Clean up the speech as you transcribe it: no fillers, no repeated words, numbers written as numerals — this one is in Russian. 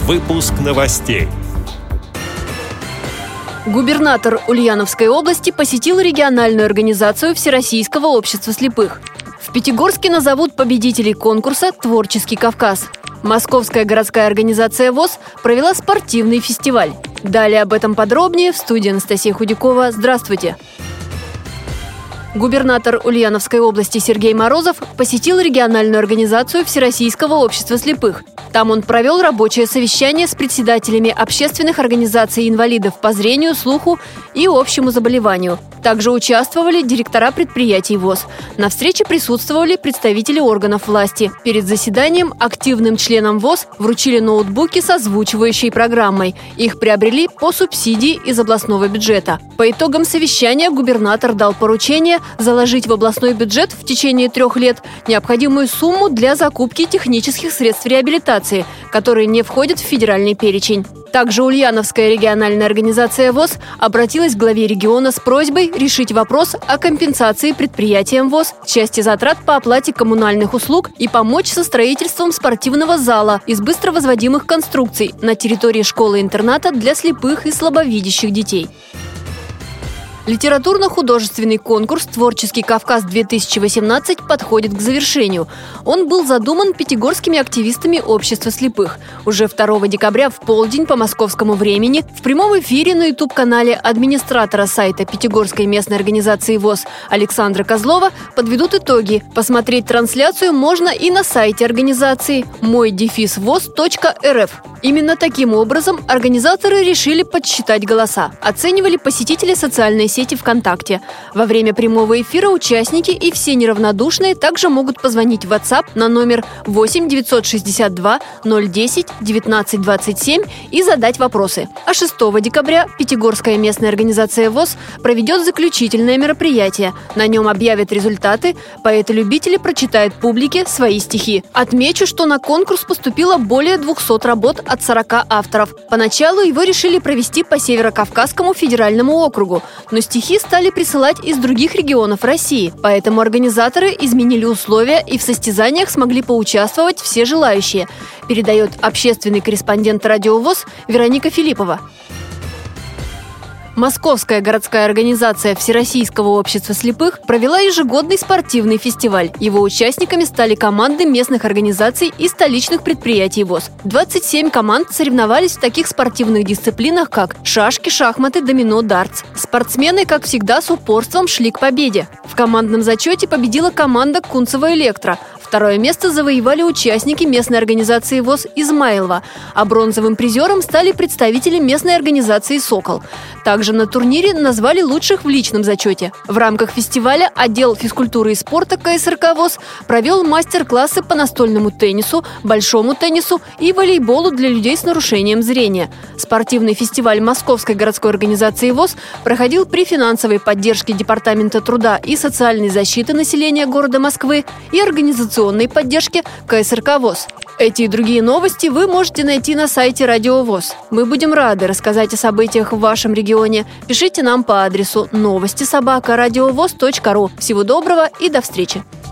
Выпуск новостей. Губернатор Ульяновской области посетил региональную организацию Всероссийского общества слепых. В Пятигорске назовут победителей конкурса «Творческий Кавказ». Московская городская организация ВОС провела спортивный фестиваль. Далее об этом подробнее в студии Анастасия Худякова. Здравствуйте! Губернатор Ульяновской области Сергей Морозов посетил региональную организацию Всероссийского общества слепых. Там он провел рабочее совещание с председателями общественных организаций инвалидов по зрению, слуху и общему заболеванию. Также участвовали директора предприятий ВОС. На встрече присутствовали представители органов власти. Перед заседанием активным членам ВОС вручили ноутбуки с озвучивающей программой. Их приобрели по субсидии из областного бюджета. По итогам совещания губернатор дал поручение заложить в областной бюджет в течение 3 лет необходимую сумму для закупки технических средств реабилитации, которые не входят в федеральный перечень. Также Ульяновская региональная организация ВОС обратилась к главе региона с просьбой решить вопрос о компенсации предприятиям ВОС части затрат по оплате коммунальных услуг и помочь со строительством спортивного зала из быстро возводимых конструкций на территории школы-интерната для слепых и слабовидящих детей. Литературно-художественный конкурс «Творческий Кавказ-2018» подходит к завершению. Он был задуман пятигорскими активистами общества слепых. Уже 2 декабря в полдень по московскому времени в прямом эфире на YouTube-канале администратора сайта Пятигорской местной организации ВОС Александра Козлова подведут итоги. Посмотреть трансляцию можно и на сайте организации мой-voz.рф. Именно таким образом организаторы решили подсчитать голоса. Оценивали посетители социальной сети ВКонтакте. Во время прямого эфира участники и все неравнодушные также могут позвонить в WhatsApp на номер 8 962 010 19 27 и задать вопросы. А 6 декабря Пятигорская местная организация ВОС проведет заключительное мероприятие. На нем объявят результаты, поэты-любители прочитают публике свои стихи. Отмечу, что на конкурс поступило более 200 работ от 40 авторов. Поначалу его решили провести по Северокавказскому федеральному округу, но стихи стали присылать из других регионов России. Поэтому организаторы изменили условия, и в состязаниях смогли поучаствовать все желающие, передает общественный корреспондент радио ВОС Вероника Филиппова. Московская городская организация Всероссийского общества слепых провела ежегодный спортивный фестиваль. Его участниками стали команды местных организаций и столичных предприятий ВОС. 27 команд соревновались в таких спортивных дисциплинах, как шашки, шахматы, домино, дартс. Спортсмены, как всегда, с упорством шли к победе. В командном зачете победила команда Кунцево Электро. 2 место завоевали участники местной организации ВОС Измайлова, а бронзовым призером стали представители местной организации «Сокол». Также на турнире назвали лучших в личном зачете. В рамках фестиваля отдел физкультуры и спорта КСРК ВОС провел мастер-классы по настольному теннису, большому теннису и волейболу для людей с нарушением зрения. Спортивный фестиваль Московской городской организации ВОС проходил при финансовой поддержке Департамента труда и социальной защиты населения города Москвы и организационной поддержки КСРК ВОС. Эти и другие новости вы можете найти на сайте Радио ВОС. Мы будем рады рассказать о событиях в вашем регионе. Пишите нам по адресу новости@радиовоз.ру. Всего доброго и до встречи!